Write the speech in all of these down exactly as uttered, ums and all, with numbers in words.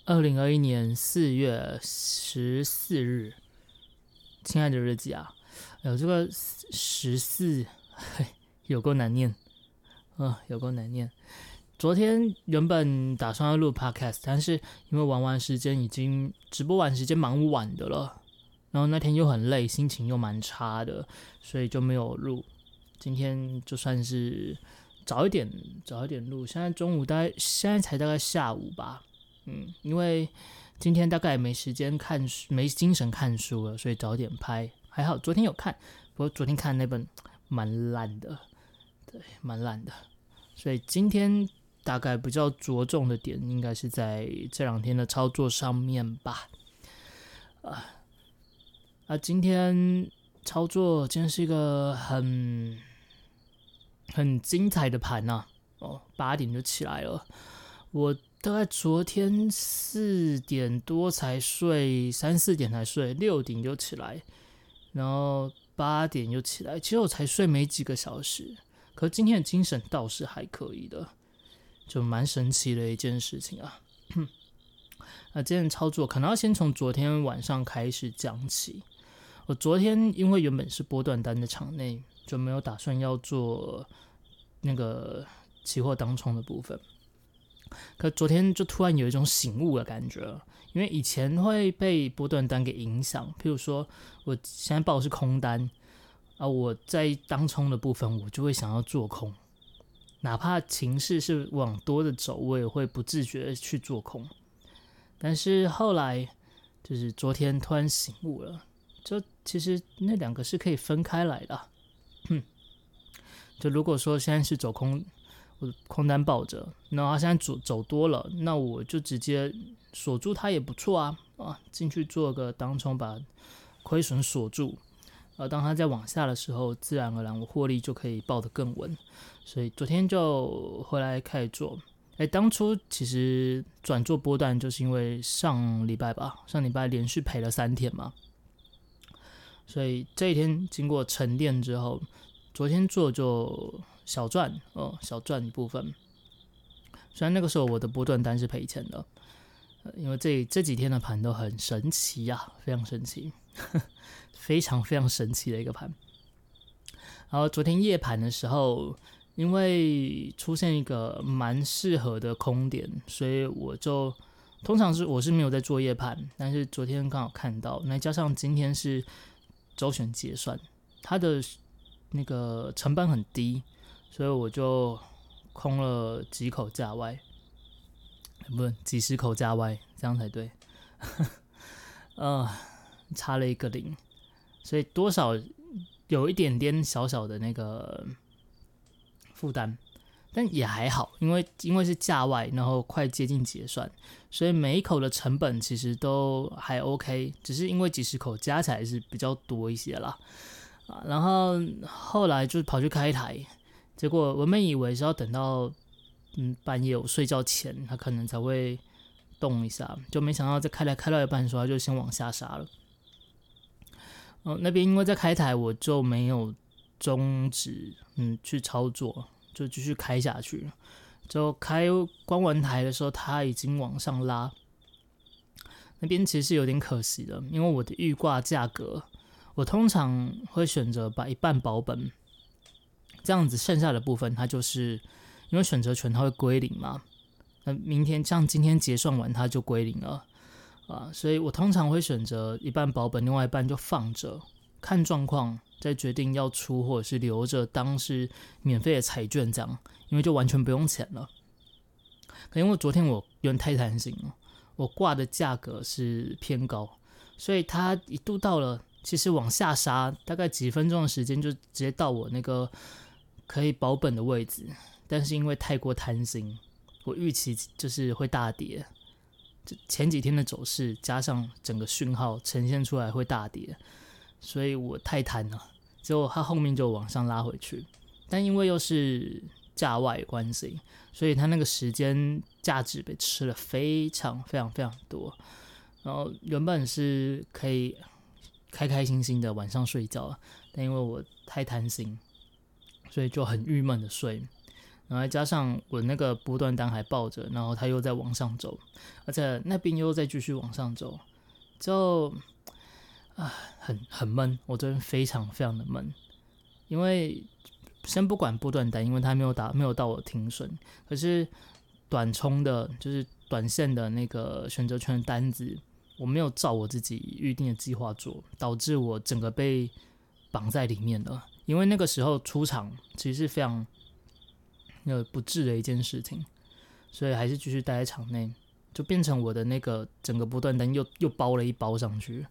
二零二一年四月十四日，亲爱的日记啊，有这个十四，有够难念，呃，有够难念。昨天原本打算要录 podcast， 但是因为玩完时间已经直播完时间蛮晚的了，然后那天又很累，心情又蛮差的，所以就没有录。今天就算是早一点，早一点录。现在中午大概，现在才大概下午吧。嗯，因为今天大概没时间看书，没精神看书了，所以早点拍。还好昨天有看，不过昨天看那本蛮烂的，对，蛮烂的。所以今天大概比较着重的点，应该是在这两天的操作上面吧。啊，啊，今天操作今天是一个很很精彩的盘呐、啊。哦，八点就起来了，我大概昨天四点多才睡，三四点才睡，六点就起来，然后八点就起来。其实我才睡没几个小时，可是今天的精神倒是还可以的，就蛮神奇的一件事情啊。那今天的操作可能要先从昨天晚上开始讲起。我昨天因为原本是波段单的场内，就没有打算要做那个期货当冲的部分。可昨天就突然有一种醒悟的感觉，因为以前会被波段单给影响，譬如说我现在报的是空单啊，我在当冲的部分我就会想要做空，哪怕情势是往多的走，我也会不自觉的去做空。但是后来就是昨天突然醒悟了，就其实那两个是可以分开来的。就如果说现在是走空，我空单抱着，然后他现在 走, 走多了，那我就直接锁住它也不错啊啊，进去做个当冲，把亏损锁住。呃，当它在往下的时候，自然而然我获利就可以抱得更稳。所以昨天就回来开始做。哎，当初其实转做波段，就是因为上礼拜吧，上礼拜连续赔了三天嘛，所以这一天经过沉淀之后，昨天做就小赚哦，小赚一部分。虽然那个时候我的波段单是赔钱的，呃、因为这这几天的盘都很神奇啊，非常神奇，呵呵非常非常神奇的一个盘。然后昨天夜盘的时候，因为出现一个蛮适合的空点，所以我就通常是我是没有在做夜盘，但是昨天刚好看到，那加上今天是周选结算，它的那个成本很低，所以我就空了几口价外，不是几十口价外，这样才对。呃，差了一个零，所以多少有一点点小小的那个负担，但也还好，因为因为是价外，然后快接近结算，所以每一口的成本其实都还 OK， 只是因为几十口加起来是比较多一些啦。啊，然后后来就跑去开台，结果我们以为是要等到嗯半夜我睡觉前，他可能才会动一下，就没想到在开台开到一半的时候，他就先往下杀了。哦，那边因为在开台，我就没有终止嗯去操作，就继续开下去。就开关完台的时候，它已经往上拉，那边其实是有点可惜的，因为我的预挂价格。我通常会选择把一半保本，这样子剩下的部分它就是因为选择权它会归零嘛，那明天像今天结算完它就归零了啊，所以我通常会选择一半保本，另外一半就放着，看状况再决定要出或者是留着当是免费的彩券这样，因为就完全不用钱了。可因为昨天我有点太贪心了，我挂的价格是偏高，所以它一度到了。其实往下杀大概几分钟的时间就直接到我那个可以保本的位置，但是因为太过贪心，我预期就是会大跌，前几天的走势加上整个讯号呈现出来会大跌，所以我太贪了，结果它后面就往上拉回去，但因为又是价外的关系，所以它那个时间价值被吃了非常非常非常多，然后原本是可以开开心心的晚上睡觉，但因为我太贪心，所以就很郁闷的睡。 然后再加上我那个波段单还抱着，然后它又在往上走，而且那边又再继续往上走，就啊很很闷，我这边非常非常的闷，因为先不管波段单，因为它没有打没有到我停损，可是短冲的，就是短线的那个选择权的单子，我没有照我自己预定的计划做，导致我整个被绑在里面了。因为那个时候出场其实是非常呃不智的一件事情，所以还是继续待在场内，就变成我的那个整个波段单又又包了一包上去，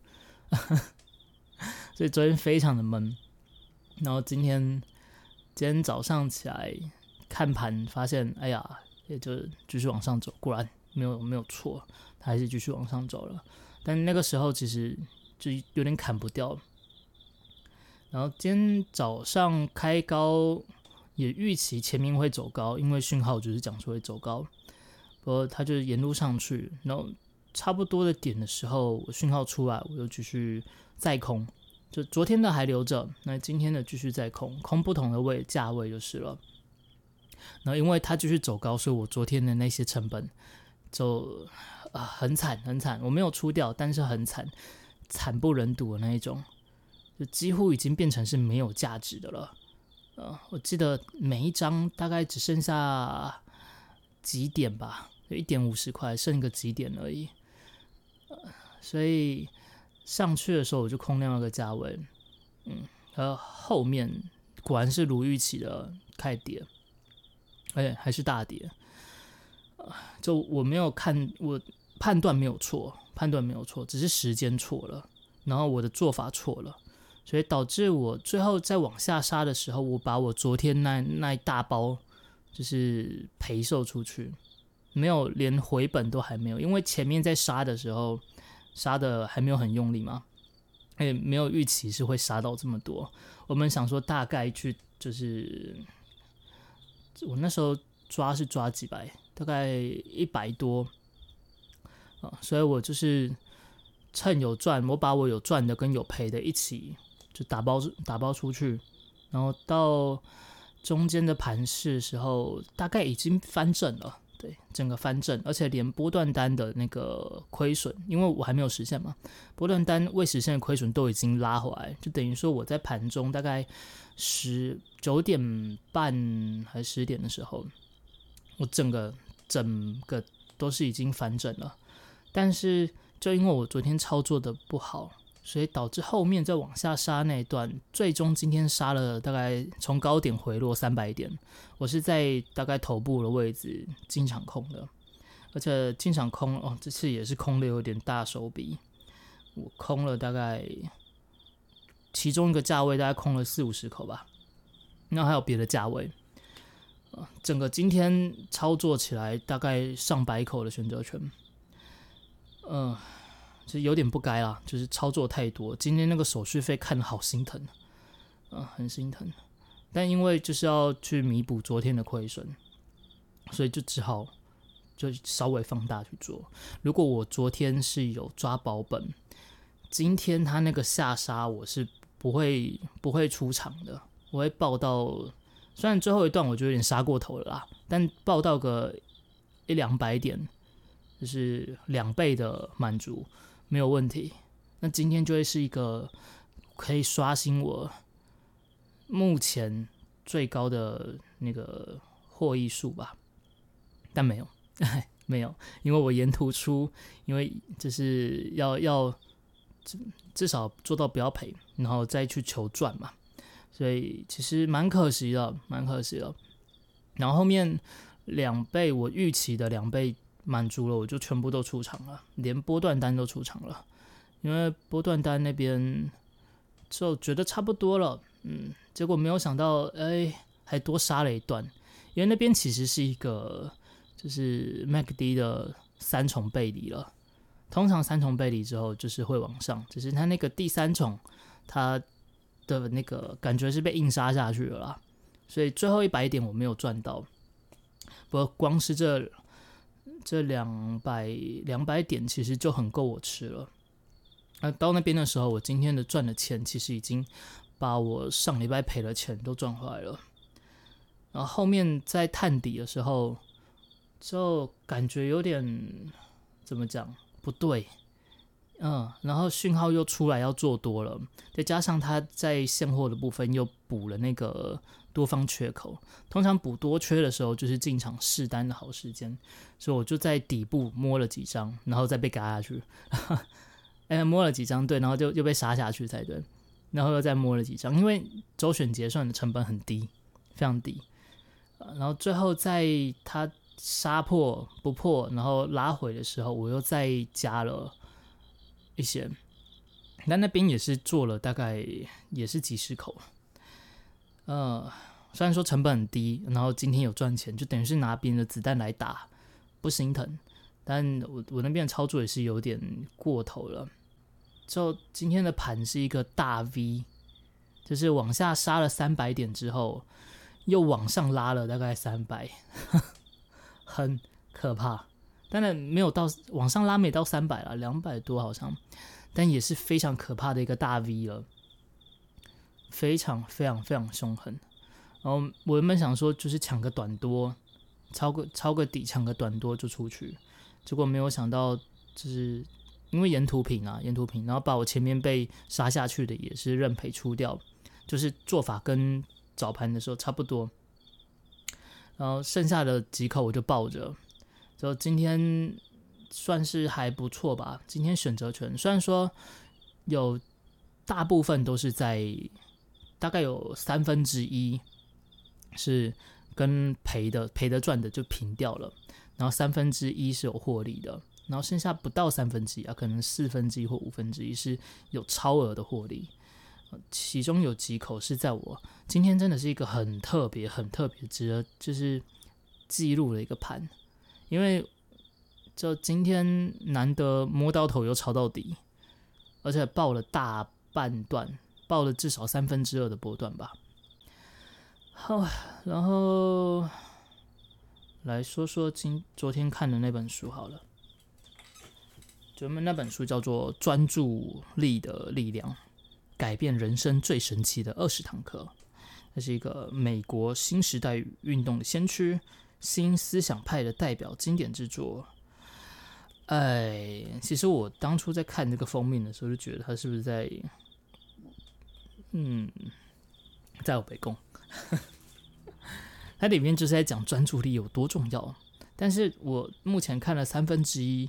所以昨天非常的闷。然后今天今天早上起来看盘，发现哎呀，也就继续往上走，果然没有没有错，它还是继续往上走了。但那个时候其实就有点砍不掉。然后今天早上开高，也预期前面会走高，因为讯号就是讲说会走高，不过它就是沿路上去，然后差不多的点的时候，讯号出来，我又继续再空，就昨天的还留着，那今天的继续再空，空不同的位价位就是了。然后因为它继续走高，所以我昨天的那些成本就、呃、很惨很惨，我没有出掉，但是很惨，惨不忍睹的那一种。就几乎已经变成是没有价值的了。呃，我记得每一张大概只剩下几点吧，一点五十块，剩一个几点而已。呃，所以上去的时候我就空掉那个价位，嗯，而后面果然是如预期的开始跌，而且还是大跌。呃，就我没有看，我判断没有错，判断没有错，只是时间错了，然后我的做法错了。所以导致我最后在往下杀的时候，我把我昨天那那一大包就是赔售出去，没有连回本都还没有，因为前面在杀的时候杀的还没有很用力嘛，也没有预期是会杀到这么多。我们想说大概去就是我那时候抓是抓几百，大概一百多啊，所以我就是趁有赚，我把我有赚的跟有赔的一起。就打包打包出去，然后到中间的盘势的时候，大概已经翻正了，对，整个翻正，而且连波段单的那个亏损，因为我还没有实现嘛，波段单未实现的亏损都已经拉回来，就等于说我在盘中大概十九点半还是十点的时候，我整个整个都是已经翻正了，但是就因为我昨天操作的不好。所以导致后面再往下杀那一段，最终今天杀了大概从高点回落三百点，我是在大概头部的位置进场空的，而且进场空哦，这次也是空的有点大手笔，我空了大概其中一个价位大概空了四五十口吧，那还有别的价位，呃，整个今天操作起来大概上百口的选择权，嗯、呃。就有点不该啦，就是操作太多。今天那个手续费看得好心疼，呃，很心疼。但因为就是要去弥补昨天的亏损，所以就只好就稍微放大去做。如果我昨天是有抓保本，今天他那个下杀我是不会不会出场的，我会报到。虽然最后一段我觉得有点杀过头了啦，但报到个一两百点，就是两倍的满足。没有问题，那今天就会是一个可以刷新我目前最高的那个获益数吧，但没有，没有，因为我沿途出，因为就是要要至少做到不要赔，然后再去求赚嘛，所以其实蛮可惜的，蛮可惜的。然后后面两倍我预期的两倍。满足了，我就全部都出场了，连波段单都出场了，因为波段单那边就觉得差不多了，嗯，结果没有想到，哎，还多杀了一段，因为那边其实是一个就是 M A C D 的三重背离了，通常三重背离之后就是会往上，只是它那个第三重，它的那个感觉是被硬杀下去了啦，所以最后一百点我没有赚到，不过光是这。这两百两百点其实就很够我吃了。那到那边的时候，我今天的赚的钱其实已经把我上礼拜赔的钱都赚回来了。 然后后面在探底的时候，就感觉有点怎么讲不对，嗯，然后讯号又出来要做多了，再加上它在现货的部分又补了那个多方缺口，通常补多缺的时候就是进场试单的好时间，所以我就在底部摸了几张，然后再被嘎下去，哎，摸了几张对，然后就又被杀下去才对，然后又再摸了几张，因为周选结算的成本很低，非常低。然后最后在它杀破不破，然后拉回的时候，我又再加了一些，但那边也是做了大概也是几十口，呃，虽然说成本很低，然后今天有赚钱，就等于是拿别人的子弹来打，不心疼，但我我那边的操作也是有点过头了。就今天的盘是一个大 V， 就是往下杀了三百点之后。又往上拉了大概三百，很可怕。当然没有到往上拉没到三百啦，两百多好像，但也是非常可怕的一个大 V 了，非常非常非常凶狠。然后我原本想说就是抢个短多，抄个抄个底，抢个短多就出去，结果没有想到就是因为沿途平啊，沿途平，然后把我前面被杀下去的也是认赔出掉，就是做法跟早盘的时候差不多，然后剩下的几口我就抱着，就今天算是还不错吧。今天选择权虽然说有大部分都是在大概有三分之一是跟赔的赔的赚的就平掉了，然后三分之一是有获利的，然后剩下不到三分之一啊，可能四分之一或五分之一是有超额的获利。其中有几口是在我今天真的是一个很特别、很特别值得就是记录的一个盘，因为就今天难得摸到头又抄到底，而且爆了大半段，爆了至少三分之二的波段吧。好，然后来说说今昨天看的那本书好了，就那本书叫做《专注力的力量》。改变人生最神奇的二十堂课，这是一个美国新时代运动的先驱、新思想派的代表经典之作。哎，其实我当初在看这个封面的时候，就觉得他是不是在，嗯，在我北贡，它里面就是在讲专注力有多重要。但是我目前看了三分之一。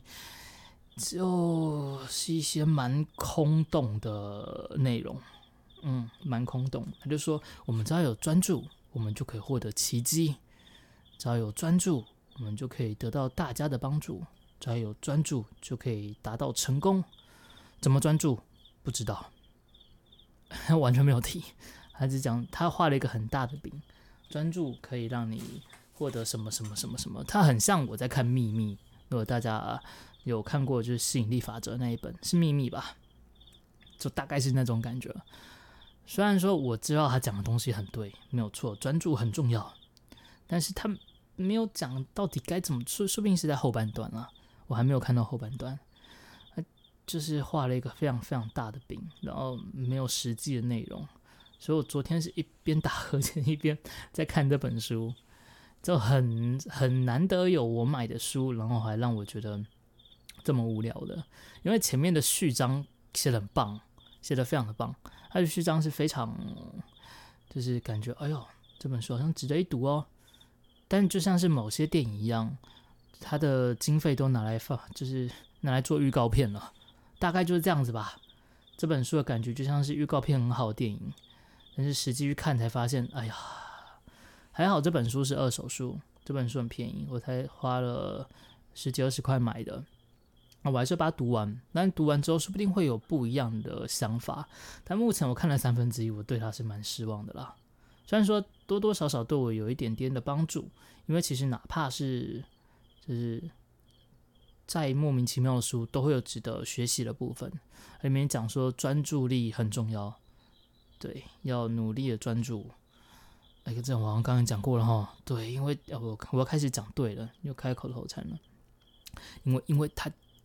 就是一些蛮空洞的内容，嗯，蛮空洞。他就说，我们只要有专注，我们就可以获得奇迹；只要有专注，我们就可以得到大家的帮助；只要有专注，就可以达到成功。怎么专注？不知道，完全没有提。他只讲他画了一个很大的饼，专注可以让你获得什么什么什么什么。他很像我在看《秘密》，如果大家有看过就是吸引力法则那一本是秘密吧，就大概是那种感觉。虽然说我知道他讲的东西很对，没有错，专注很重要，但是他没有讲到底该怎么做，说不定是在后半段啦，我还没有看到后半段。他就是画了一个非常非常大的饼，然后没有实际的内容，所以我昨天是一边打呵欠一边在看这本书，就很很难得有我买的书，然后还让我觉得这么无聊的，因为前面的序章写得很棒，写得非常的棒，它的序章是非常，就是感觉哎呦这本书好像值得一读哦，但就像是某些电影一样，它的经费都拿来放，就是拿来做预告片了，大概就是这样子吧。这本书的感觉就像是预告片很好的电影，但是实际去看才发现，哎呀，还好这本书是二手书，这本书很便宜，我才花了十几二十块买的。我还是把它读完，但读完之后说不定会有不一样的想法。但目前我看了三分之一，我对它是蛮失望的啦。虽然说多多少少对我有一点点的帮助，因为其实哪怕是就是再莫名其妙的书，都会有值得学习的部分。里面讲说专注力很重要，对，要努力的专注。哎，这我好像刚刚讲过了哈。对，因为我我要开始讲对了，又开口头禅了。因为因为他。他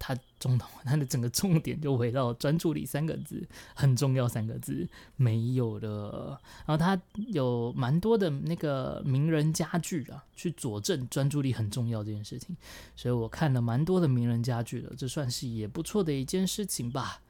它中它的整个重点就围绕专注力三个字，很重要三个字没有了。然后它有蛮多的那个名人佳句啊，去佐证专注力很重要这件事情，所以我看了蛮多的名人佳句的，这算是也不错的一件事情吧。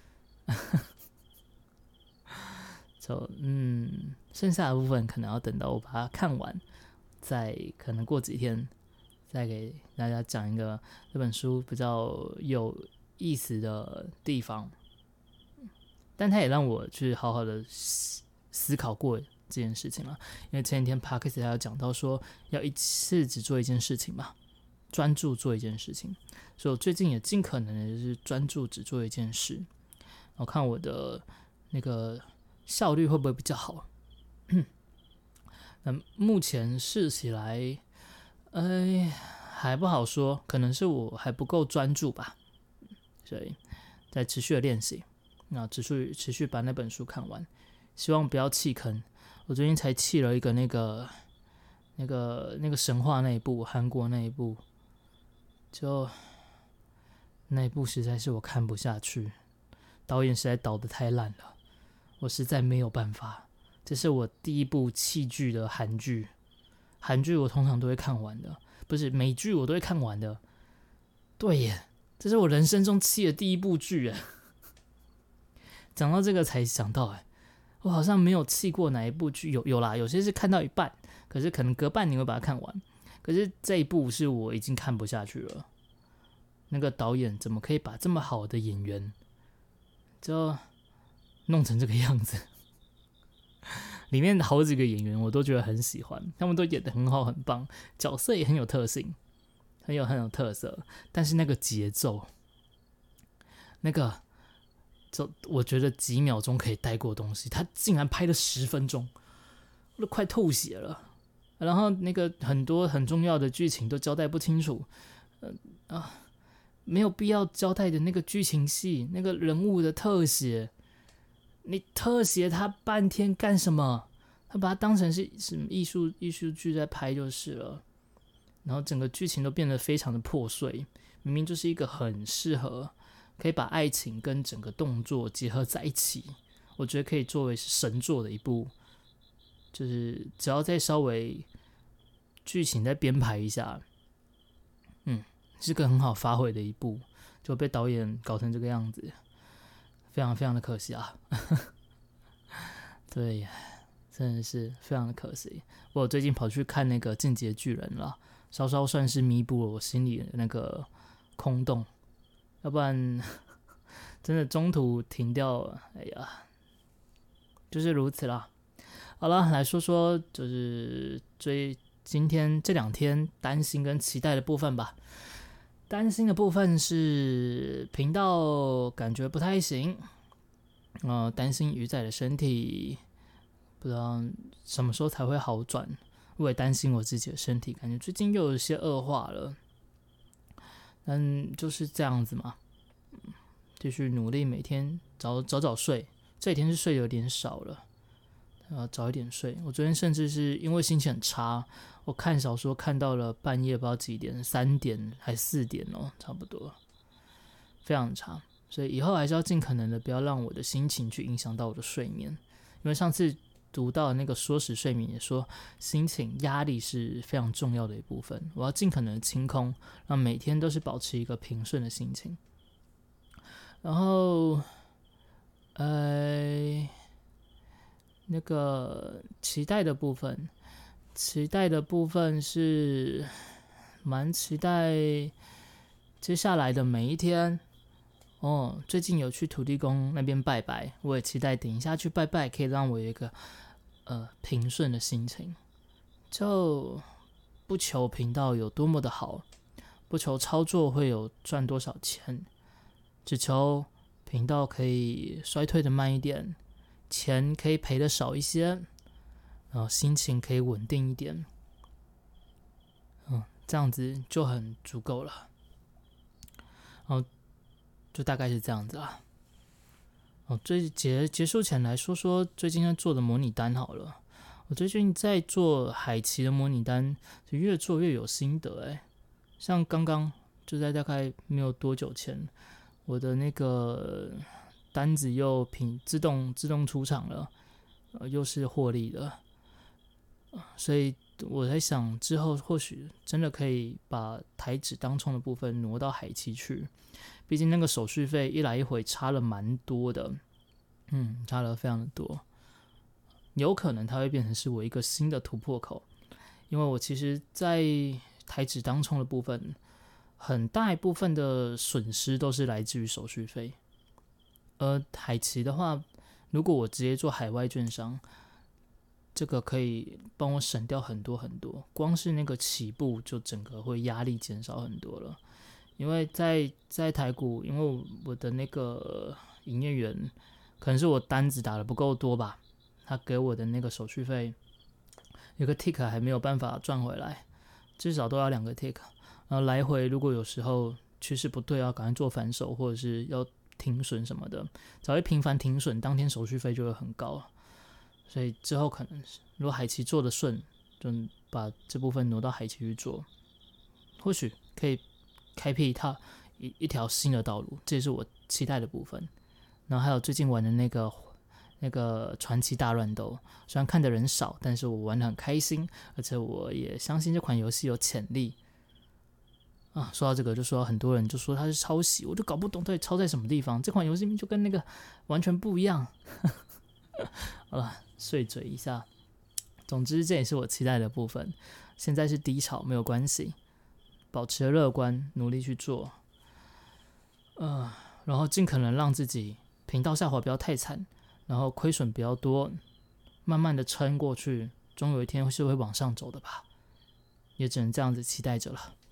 就嗯，剩下的部分可能要等到我把它看完，再可能过几天再给大家讲一个这本书比较有意思的地方，但它也让我去好好的思考过这件事情了。因为前几天 Podcast 还有讲到说，要一次只做一件事情嘛，专注做一件事情，所以我最近也尽可能的就是专注只做一件事，我看我的那个效率会不会比较好。那目前试起来，哎，还不好说，可能是我还不够专注吧，所以在持续的练习，那持续持续把那本书看完，希望不要弃坑。我最近才弃了一个那个那个那个神话那一部，韩国那一部，就那一部实在是我看不下去，导演实在导得太烂了，我实在没有办法。这是我第一部弃剧的韩剧，韩剧我通常都会看完的，不是美剧我都会看完的。对耶，这是我人生中弃的第一部剧耶。讲到这个才想到，哎，我好像没有弃过哪一部剧，有有啦，有些是看到一半，可是可能隔半年会把它看完。可是这一部是我已经看不下去了。那个导演怎么可以把这么好的演员就弄成这个样子？里面好几个演员我都觉得很喜欢，他们都演得很好很棒，角色也很有特性，很有很有特色。但是那个节奏，那个就我觉得几秒钟可以带过的东西，他竟然拍了十分钟，我都快吐血了。然后那个很多很重要的剧情都交代不清楚，呃啊，没有必要交代的那个剧情戏，那个人物的特写。你特写他半天干什么？他把它当成是什么艺术艺术剧在拍就是了。然后整个剧情都变得非常的破碎，明明就是一个很适合可以把爱情跟整个动作结合在一起，我觉得可以作为神作的一部，就是只要再稍微剧情再编排一下，嗯，是个很好发挥的一部，就被导演搞成这个样子。非常非常的可惜啊。对，真的是非常的可惜。我最近跑去看那个《进击的巨人》了，稍稍算是弥补了我心里的那个空洞，要不然真的中途停掉了，哎呀，就是如此啦。好了，来说说就是追今天这两天担心跟期待的部分吧。担心的部分是频道感觉不太行，呃，担心鱼仔的身体不知道什么时候才会好转。我也担心我自己的身体，感觉最近又有一些恶化了。但就是这样子嘛，继续努力，每天早早早睡。这几天是睡有点少了，呃，早一点睡。我昨天甚至是因为心情很差，我看小说看到了半夜不知道几点，三点还四点哦，差不多，非常差。所以以后还是要尽可能的不要让我的心情去影响到我的睡眠，因为上次读到那个缩时睡眠也说，心情压力是非常重要的一部分。我要尽可能的清空，让每天都是保持一个平顺的心情。然后，呃。那个期待的部分，期待的部分是蛮期待接下来的每一天哦。最近有去土地公那边拜拜，我也期待等一下去拜拜，可以让我有一个呃平顺的心情。就不求频道有多么的好，不求操作会有赚多少钱，只求频道可以衰退的慢一点。钱可以赔的少一些，然后心情可以稳定一点，嗯，这样子就很足够了。然后就大概是这样子啦。哦，最结结束前来说说最近在做的模拟单好了。我最近在做海奇的模拟单，就越做越有心得哎。像刚刚就在大概没有多久前，我的那个单子又平自动自动出场了，呃，又是获利的，所以我在想之后或许真的可以把台指当冲的部分挪到海期去，毕竟那个手续费一来一回差了蛮多的，嗯，差了非常的多，有可能它会变成是我一个新的突破口，因为我其实在台指当冲的部分，很大一部分的损失都是来自于手续费，而海期的话，如果我直接做海外券商，这个可以帮我省掉很多很多，光是那个起步就整个会压力减少很多了。因为在在台股，因为我的那个营业员可能是我单子打的不够多吧，他给我的那个手续费有个 tick 还没有办法赚回来，至少都要两个 tick， 然后来回如果有时候趋势不对，要赶快做反手或者是要停损什么的，只要一频繁停损，当天手续费就会很高。所以之后可能如果海期做的顺，就把这部分挪到海期去做，或许可以开辟一套 一, 一条新的道路，这也是我期待的部分。然后还有最近玩的那个那个传奇大乱斗，虽然看的人少，但是我玩得很开心，而且我也相信这款游戏有潜力。啊，说到这个，就说很多人就说它是抄袭，我就搞不懂到底抄在什么地方。这款游戏就跟那个完全不一样。好了，碎嘴一下。总之，这也是我期待的部分。现在是低潮，没有关系，保持乐观，努力去做。呃，然后尽可能让自己频道下滑不要太惨，然后亏损不要多，慢慢的撑过去，终有一天是会往上走的吧。也只能这样子期待着了。